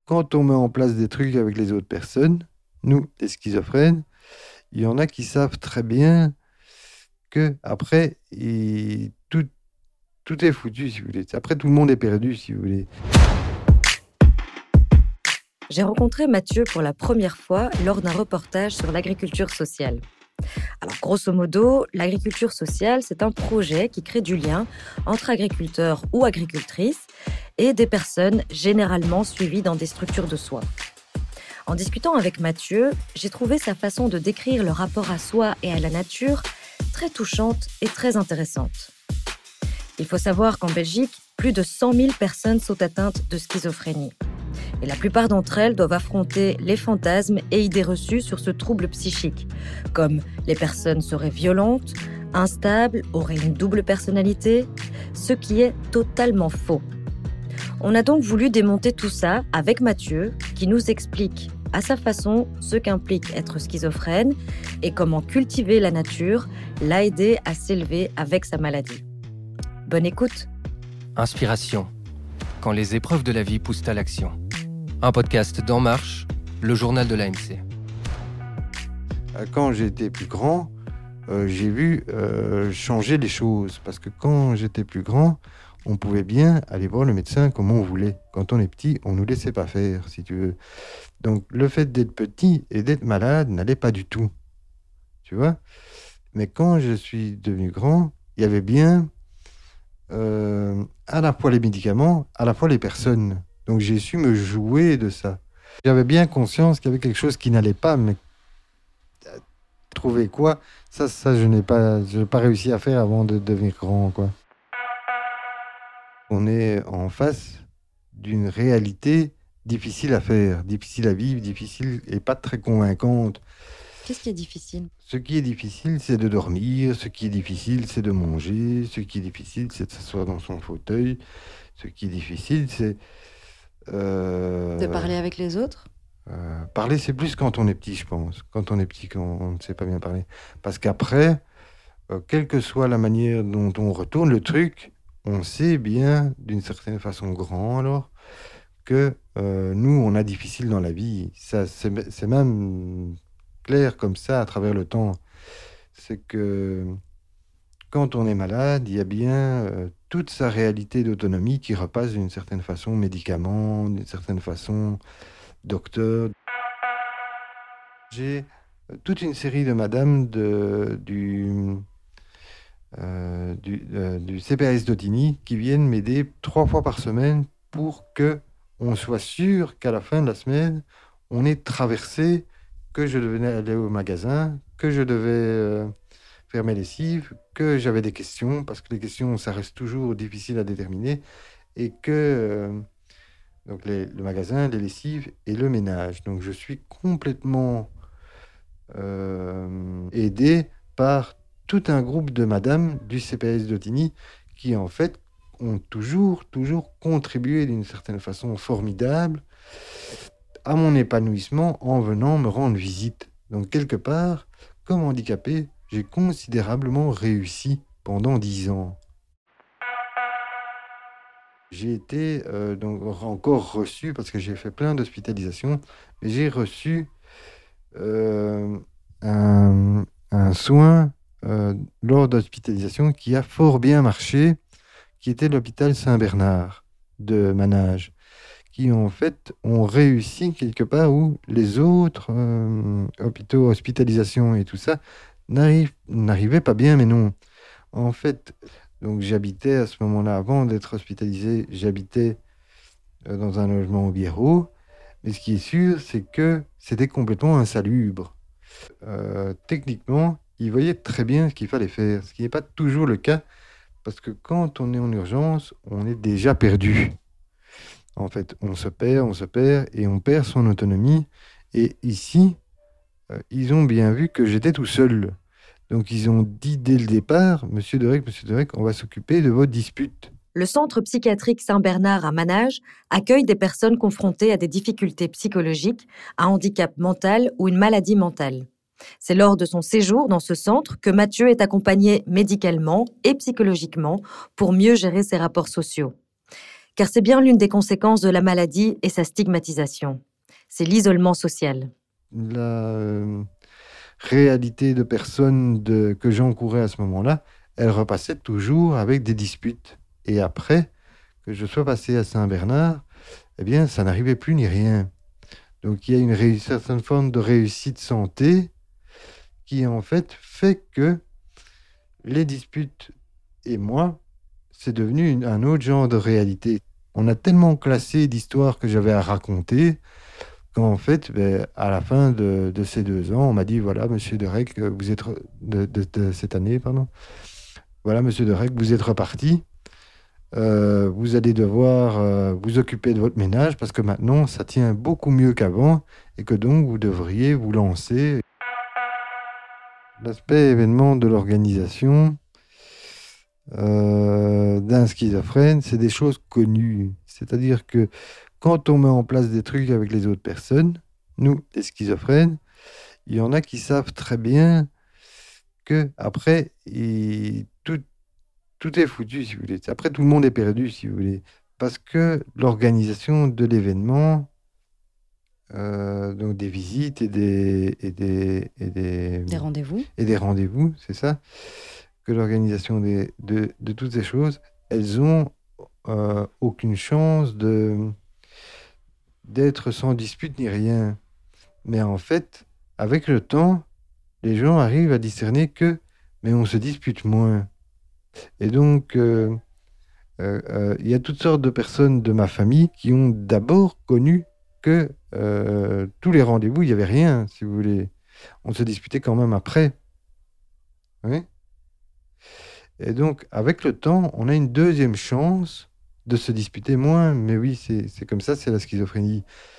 quand on met en place des trucs avec les autres personnes, nous, les schizophrènes, il y en a qui savent très bien que après, tout est foutu, si vous voulez. Après, tout le monde est perdu, si vous voulez. J'ai rencontré Mathieu pour la première fois lors d'un reportage sur l'agriculture sociale. Alors, grosso modo, l'agriculture sociale, c'est un projet qui crée du lien entre agriculteurs ou agricultrices et des personnes généralement suivies dans des structures de soins. En discutant avec Mathieu, j'ai trouvé sa façon de décrire le rapport à soi et à la nature très touchante et très intéressante. Il faut savoir qu'en Belgique, plus de 100 000 personnes sont atteintes de schizophrénie. Et la plupart d'entre elles doivent affronter les fantasmes et idées reçues sur ce trouble psychique, comme les personnes seraient violentes, instables, auraient une double personnalité, ce qui est totalement faux. On a donc voulu démonter tout ça avec Mathieu, qui nous explique à sa façon ce qu'implique être schizophrène et comment cultiver la nature l'a aidé à s'élever avec sa maladie. Bonne écoute. Inspiration, quand les épreuves de la vie poussent à l'action. Un podcast d'En Marche, le journal de l'ANC. Quand j'étais plus grand, j'ai vu changer les choses. Parce que quand j'étais plus grand, on pouvait bien aller voir le médecin comme on voulait. Quand on est petit, on ne nous laissait pas faire, si tu veux. Donc, le fait d'être petit et d'être malade n'allait pas du tout. Tu vois ? Mais quand je suis devenu grand, il y avait bien à la fois les médicaments, à la fois les personnes. Donc, j'ai su me jouer de ça. J'avais bien conscience qu'il y avait quelque chose qui n'allait pas, mais trouver quoi, ça je n'ai pas réussi à faire avant de devenir grand, quoi. On est en face d'une réalité difficile à faire, difficile à vivre, difficile et pas très convaincante. Qu'est-ce qui est difficile ? Ce qui est difficile, c'est de dormir. Ce qui est difficile, c'est de manger. Ce qui est difficile, c'est de s'asseoir dans son fauteuil. Ce qui est difficile, c'est... De parler avec les autres ? Parler, c'est plus quand on est petit, je pense. Quand on est petit, on ne sait pas bien parler. Parce qu'après, quelle que soit la manière dont on retourne le truc, on sait bien, d'une certaine façon grand alors, que nous, on a difficile dans la vie. Ça, c'est même clair comme ça à travers le temps. C'est que quand on est malade, il y a bien toute sa réalité d'autonomie qui repasse d'une certaine façon médicaments, d'une certaine façon docteur. J'ai toute une série de madames du CPAS d'Ottignies qui viennent m'aider 3 fois par semaine pour que on soit sûr qu'à la fin de la semaine, on ait traversé, que je devais aller au magasin, que je devais faire mes lessives, que j'avais des questions, parce que les questions, ça reste toujours difficile à déterminer, et que donc le magasin, les lessives et le ménage. Donc je suis complètement aidé par tout un groupe de madames du CPS d'Ottignies qui en fait ont toujours contribué d'une certaine façon formidable à mon épanouissement en venant me rendre visite. Donc quelque part, comme handicapé, j'ai considérablement réussi pendant 10 ans. J'ai été donc encore reçu, parce que j'ai fait plein d'hospitalisations, mais j'ai reçu un soin lors d'hospitalisation qui a fort bien marché, qui était l'hôpital Saint-Bernard de Manage, qui en fait ont réussi quelque part où les autres hôpitaux, hospitalisation et tout ça n'arrivaient pas bien, mais non. En fait, donc j'habitais à ce moment-là, avant d'être hospitalisé, j'habitais dans un logement au Biérot, mais ce qui est sûr, c'est que c'était complètement insalubre. Techniquement, ils voyaient très bien ce qu'il fallait faire, ce qui n'est pas toujours le cas, parce que quand on est en urgence, on est déjà perdu. En fait, on se perd, et on perd son autonomie. Et ici, ils ont bien vu que j'étais tout seul. Donc, ils ont dit dès le départ, Monsieur Derek, on va s'occuper de votre dispute. Le centre psychiatrique Saint-Bernard à Manage accueille des personnes confrontées à des difficultés psychologiques, un handicap mental ou une maladie mentale. C'est lors de son séjour dans ce centre que Mathieu est accompagné médicalement et psychologiquement pour mieux gérer ses rapports sociaux. Car c'est bien l'une des conséquences de la maladie et sa stigmatisation. C'est l'isolement social. La réalité de personnes que j'encourais à ce moment-là, elle repassait toujours avec des disputes. Et après que je sois passé à Saint-Bernard, eh bien, ça n'arrivait plus ni rien. Donc, il y a une certaine forme de réussite santé qui, en fait que les disputes et moi, c'est devenu un autre genre de réalité. On a tellement classé d'histoires que j'avais à raconter qu'en fait, à la fin de ces 2 ans, on m'a dit, voilà, monsieur Derek, vous êtes de cette année, pardon. Voilà, monsieur Derek, vous êtes reparti. Vous allez devoir vous occuper de votre ménage parce que maintenant, ça tient beaucoup mieux qu'avant et que donc, vous devriez vous lancer. L'aspect événement de l'organisation d'un schizophrène, c'est des choses connues. C'est-à-dire que quand on met en place des trucs avec les autres personnes, nous, les schizophrènes, il y en a qui savent très bien que après, tout est foutu, si vous voulez. Après, tout le monde est perdu, si vous voulez. Parce que l'organisation de l'événement, donc des visites et des rendez-vous. Et des rendez-vous, c'est ça. Que l'organisation de toutes ces choses, elles ont aucune chance d'être sans dispute ni rien. Mais en fait, avec le temps, les gens arrivent à discerner mais on se dispute moins. Et donc, il y a toutes sortes de personnes de ma famille qui ont d'abord connu que tous les rendez-vous, il n'y avait rien, si vous voulez. On se disputait quand même après. Oui. Et donc, avec le temps, on a une deuxième chance de se disputer moins. Mais oui, c'est comme ça, c'est la schizophrénie.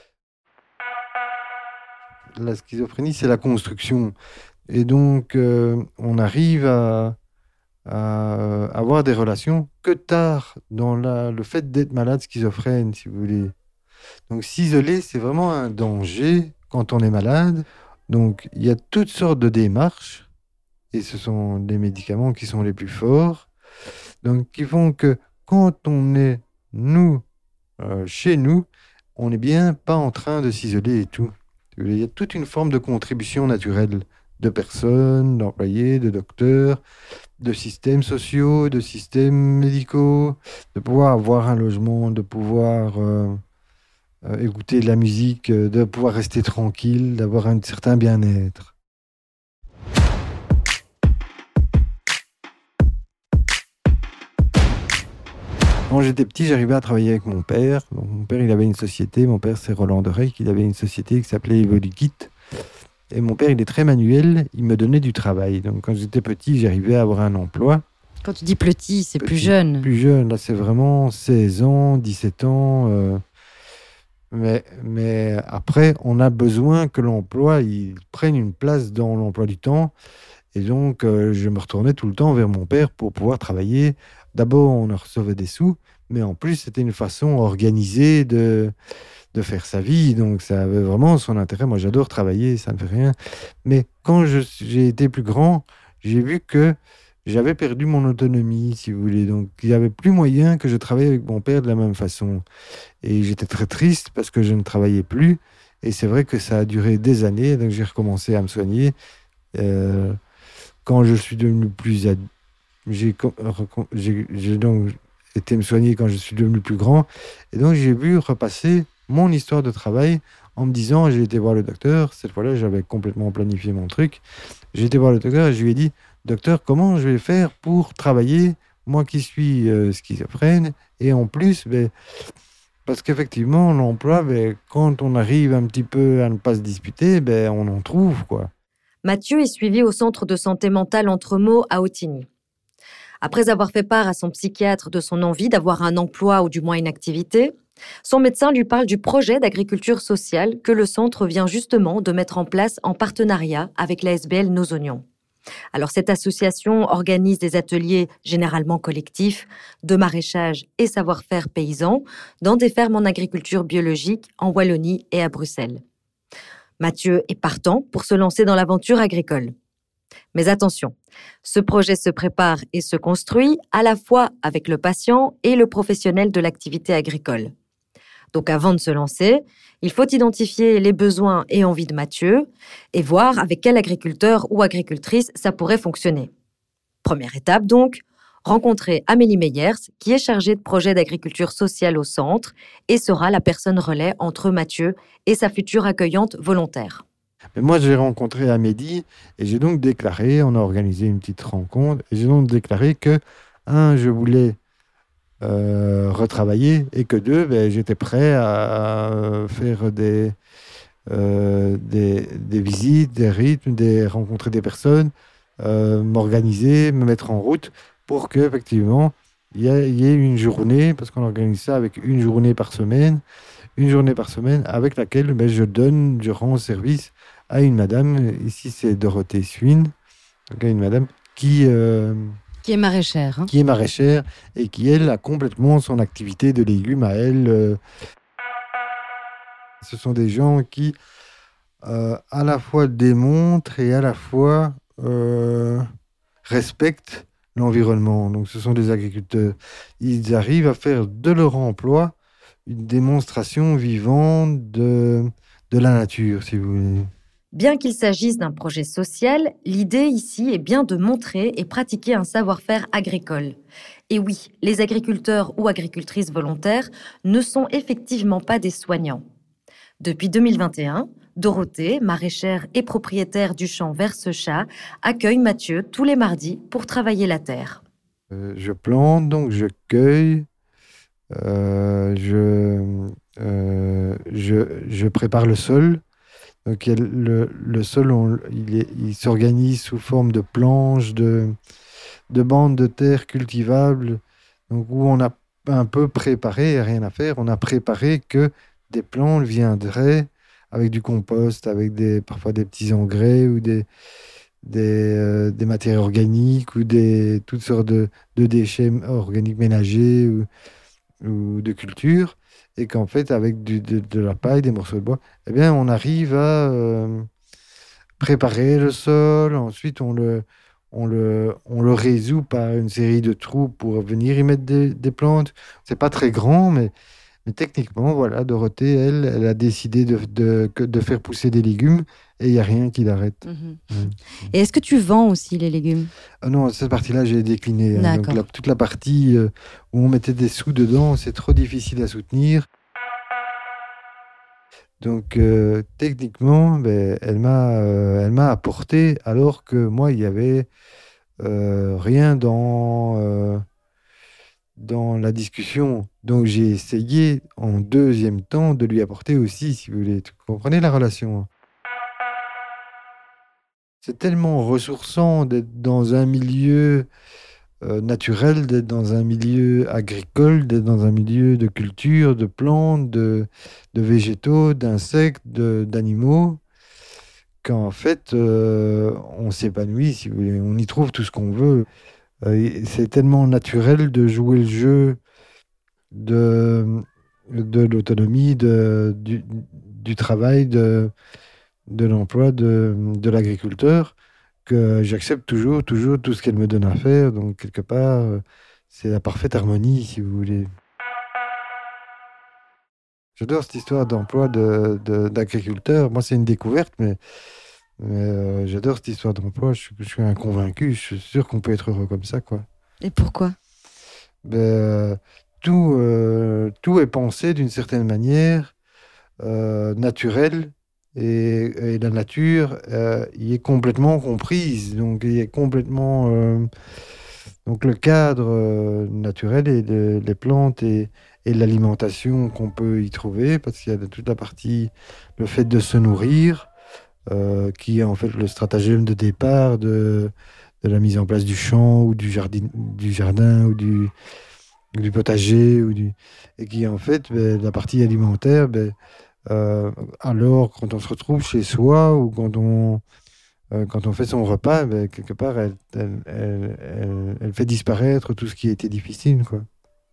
La schizophrénie, c'est la construction. Et donc, on arrive à avoir des relations que tard dans le fait d'être malade schizophrène, si vous voulez. Donc, s'isoler, c'est vraiment un danger quand on est malade. Donc, il y a toutes sortes de démarches. Et ce sont les médicaments qui sont les plus forts. Donc, qui font que quand on est, chez nous, on n'est bien pas en train de s'isoler et tout. Il y a toute une forme de contribution naturelle de personnes, d'employés, de docteurs, de systèmes sociaux, de systèmes médicaux, de pouvoir avoir un logement, de pouvoir écouter de la musique, de pouvoir rester tranquille, d'avoir un certain bien-être. Quand j'étais petit, j'arrivais à travailler avec mon père. Donc, mon père, il avait une société. Mon père, c'est Roland Derek. Il avait une société qui s'appelait Evolukit. Et mon père, il est très manuel. Il me donnait du travail. Donc, quand j'étais petit, j'arrivais à avoir un emploi. Quand tu dis petit, c'est plus jeune. Plus jeune. Là, c'est vraiment 16 ans, 17 ans. Mais après, on a besoin que l'emploi il prenne une place dans l'emploi du temps. Et donc, je me retournais tout le temps vers mon père pour pouvoir travailler. D'abord, on en recevait des sous, mais en plus, c'était une façon organisée de faire sa vie. Donc, ça avait vraiment son intérêt. Moi, j'adore travailler, ça ne fait rien. Mais quand j'ai été plus grand, j'ai vu que j'avais perdu mon autonomie, si vous voulez. Donc, il n'y avait plus moyen que je travaille avec mon père de la même façon. Et j'étais très triste parce que je ne travaillais plus. Et c'est vrai que ça a duré des années. Donc, j'ai recommencé à me soigner. Quand je suis devenu plus j'ai donc été me soigner quand je suis devenu plus grand. Et donc, j'ai vu repasser mon histoire de travail en me disant, j'ai été voir le docteur. Cette fois-là, j'avais complètement planifié mon truc. J'ai été voir le docteur et je lui ai dit, docteur, comment je vais faire pour travailler, moi qui suis schizophrène, et en plus, parce qu'effectivement, l'emploi, quand on arrive un petit peu à ne pas se disputer, on en trouve, quoi. Mathieu est suivi au centre de santé mentale Entremaux à Autigny. Après avoir fait part à son psychiatre de son envie d'avoir un emploi ou du moins une activité, son médecin lui parle du projet d'agriculture sociale que le centre vient justement de mettre en place en partenariat avec l'ASBL Nos Oignons. Alors cette association organise des ateliers généralement collectifs de maraîchage et savoir-faire paysan dans des fermes en agriculture biologique en Wallonie et à Bruxelles. Mathieu est partant pour se lancer dans l'aventure agricole. Mais attention, ce projet se prépare et se construit à la fois avec le patient et le professionnel de l'activité agricole. Donc avant de se lancer, il faut identifier les besoins et envies de Mathieu et voir avec quel agriculteur ou agricultrice ça pourrait fonctionner. Première étape donc, rencontrer Amélie Meyers, qui est chargée de projet d'agriculture sociale au centre et sera la personne relais entre Mathieu et sa future accueillante volontaire. Mais moi, j'ai rencontré Amélie et j'ai donc déclaré, on a organisé une petite rencontre, et j'ai donc déclaré que, je voulais retravailler et que j'étais prêt à faire des visites, des rythmes, rencontrer des personnes, m'organiser, me mettre en route pour qu'effectivement, il y ait une journée, parce qu'on organise ça avec une journée par semaine avec laquelle je rends service à une madame, ici c'est Dorothée Suine, donc une madame qui est maraîchère. Qui est maraîchère et qui, elle, a complètement son activité de légumes à elle. Ce sont des gens qui, à la fois démontrent et à la fois respectent l'environnement. Donc, ce sont des agriculteurs. Ils arrivent à faire de leur emploi une démonstration vivante de la nature, si vous voulez. Bien qu'il s'agisse d'un projet social, l'idée ici est bien de montrer et pratiquer un savoir-faire agricole. Et oui, les agriculteurs ou agricultrices volontaires ne sont effectivement pas des soignants. Depuis 2021, Dorothée, maraîchère et propriétaire du champ Versechat, accueille Mathieu tous les mardis pour travailler la terre. Je plante, donc je cueille, je prépare le sol. Donc le sol, il s'organise sous forme de planches, de bandes de terre cultivables, donc où on a un peu préparé, rien à faire, on a préparé que des plantes viendraient avec du compost, avec parfois des petits engrais ou des matières organiques ou toutes sortes de déchets organiques ménagers ou de cultures. Et qu'en fait, avec de la paille, des morceaux de bois, eh bien, on arrive à préparer le sol. Ensuite, on le résout par une série de trous pour venir y mettre des plantes. C'est pas très grand, mais techniquement, voilà, Dorothée, elle a décidé de faire pousser des légumes et il n'y a rien qui l'arrête. Et est-ce que tu vends aussi les légumes ? Non, cette partie-là, j'ai décliné. Donc, toute la partie où on mettait des sous dedans, c'est trop difficile à soutenir. Donc, techniquement, elle m'a apporté, alors que moi, il n'y avait rien dans la discussion. Donc, j'ai essayé, en deuxième temps, de lui apporter aussi, si vous voulez. Vous comprenez la relation ? C'est tellement ressourçant d'être dans un milieu naturel, d'être dans un milieu agricole, d'être dans un milieu de culture, de plantes, de végétaux, d'insectes, d'animaux, qu'en fait, on s'épanouit, si vous voulez. On y trouve tout ce qu'on veut. C'est tellement naturel de jouer le jeu de l'autonomie, du travail, de l'emploi de l'agriculteur, que j'accepte toujours tout ce qu'elle me donne à faire. Donc, quelque part, c'est la parfaite harmonie, si vous voulez. J'adore cette histoire d'emploi d'agriculteur. Moi, c'est une découverte, mais j'adore cette histoire d'emploi. Je suis un convaincu. Je suis sûr qu'on peut être heureux comme ça, quoi. Et pourquoi ? Tout est pensé d'une certaine manière, naturelle. Et la nature y est complètement comprise, donc il est complètement donc le cadre naturel et les plantes et l'alimentation qu'on peut y trouver, parce qu'il y a toute la partie, le fait de se nourrir, qui est en fait le stratagème de départ de la mise en place du champ ou du jardin ou du potager et qui est en fait la partie alimentaire. Alors, quand on se retrouve chez soi ou quand on fait son repas, quelque part, elle fait disparaître tout ce qui était difficile, quoi.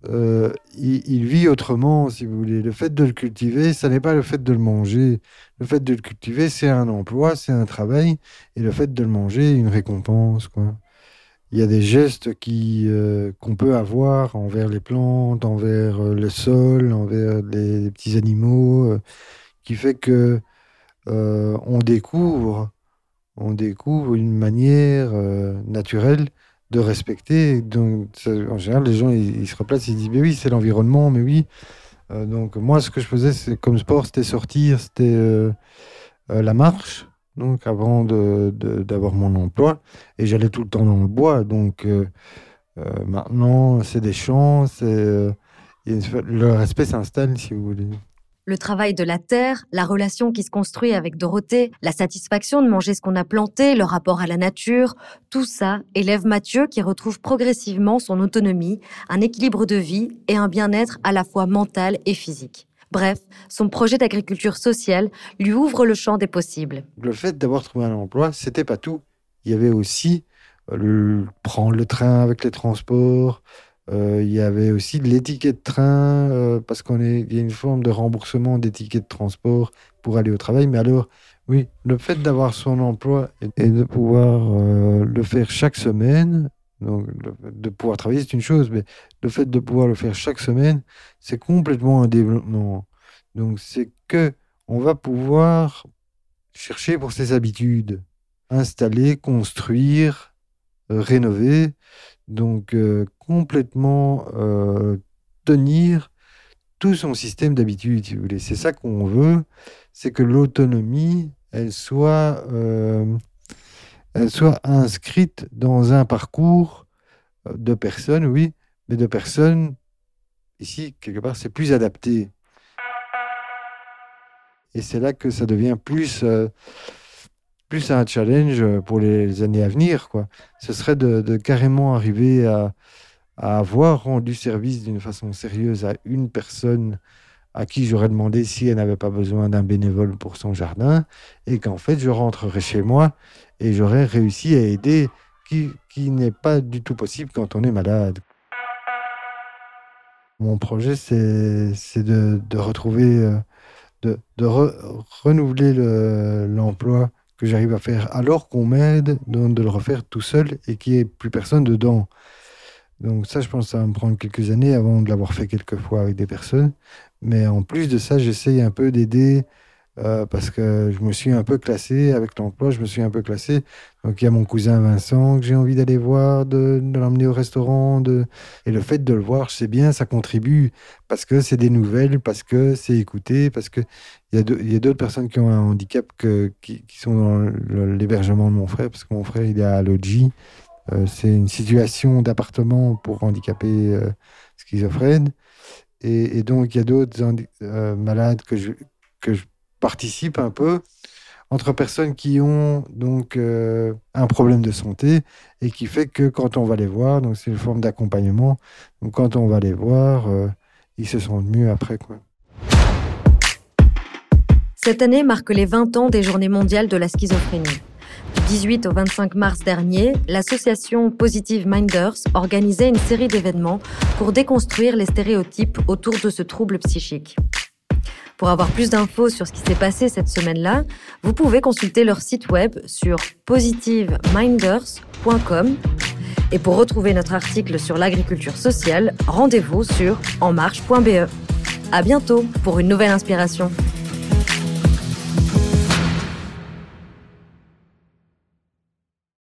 il vit autrement, si vous voulez. Le fait de le cultiver, ça n'est pas le fait de le manger. Le fait de le cultiver, c'est un emploi, c'est un travail. Et le fait de le manger, une récompense, quoi. Il y a des gestes qu'on peut avoir envers les plantes, envers le sol, envers les petits animaux, qui fait que on découvre une manière naturelle de respecter. Donc, en général, les gens, ils se replacent, ils disent, mais oui, c'est l'environnement, mais oui. Donc, moi, ce que je faisais comme sport, c'était sortir, c'était la marche, donc avant d'avoir mon emploi. Et j'allais tout le temps dans le bois. Donc, maintenant, c'est des champs, le respect s'installe, si vous voulez. Le travail de la terre, la relation qui se construit avec Dorothée, la satisfaction de manger ce qu'on a planté, le rapport à la nature, tout ça élève Mathieu qui retrouve progressivement son autonomie, un équilibre de vie et un bien-être à la fois mental et physique. Bref, son projet d'agriculture sociale lui ouvre le champ des possibles. Le fait d'avoir trouvé un emploi, c'était pas tout. Il y avait aussi prendre le train avec les transports. Il y avait aussi de l'étiquette de train, parce il y a une forme de remboursement des tickets de transport pour aller au travail. Mais alors, oui, le fait d'avoir son emploi et de pouvoir le faire chaque semaine, donc de pouvoir travailler, c'est une chose, mais le fait de pouvoir le faire chaque semaine, c'est complètement un développement. Donc, c'est que on va pouvoir chercher pour ses habitudes, installer, construire, rénover. Donc, complètement tenir tout son système d'habitude, si vous voulez. C'est ça qu'on veut, c'est que l'autonomie, elle soit inscrite dans un parcours de personnes, oui, mais de personnes, ici, quelque part, c'est plus adapté. Et c'est là que ça devient plus un challenge pour les années à venir, quoi. Ce serait de carrément arriver à avoir rendu service d'une façon sérieuse à une personne à qui j'aurais demandé si elle n'avait pas besoin d'un bénévole pour son jardin, et qu'en fait, je rentrerai chez moi et j'aurais réussi à aider, qui n'est pas du tout possible quand on est malade. Mon projet, c'est de retrouver, renouveler l'emploi que j'arrive à faire alors qu'on m'aide, de le refaire tout seul et qu'il n'y ait plus personne dedans. Donc ça, je pense que ça va me prendre quelques années avant de l'avoir fait quelques fois avec des personnes. Mais en plus de ça, j'essaye un peu d'aider parce que je me suis un peu classé avec l'emploi, je me suis un peu classé. Donc il y a mon cousin Vincent que j'ai envie d'aller voir, de l'emmener au restaurant. Et le fait de le voir, c'est bien, ça contribue parce que c'est des nouvelles, parce que c'est écouté, parce qu'il y a d'autres personnes qui ont un handicap qui sont dans l'hébergement de mon frère, parce que mon frère, il est à Lodji. C'est une situation d'appartement pour handicapés schizophrènes. Et donc, il y a d'autres malades que je participe un peu entre personnes qui ont donc un problème de santé et qui fait que quand on va les voir, donc c'est une forme d'accompagnement, donc quand on va les voir, ils se sentent mieux après, quoi. Cette année marque les 20 ans des Journées mondiales de la schizophrénie. Du 18 au 25 mars dernier, l'association Positive Minders organisait une série d'événements pour déconstruire les stéréotypes autour de ce trouble psychique. Pour avoir plus d'infos sur ce qui s'est passé cette semaine-là, vous pouvez consulter leur site web sur positiveminders.com. Et pour retrouver notre article sur l'agriculture sociale, rendez-vous sur enmarche.be. À bientôt pour une nouvelle inspiration.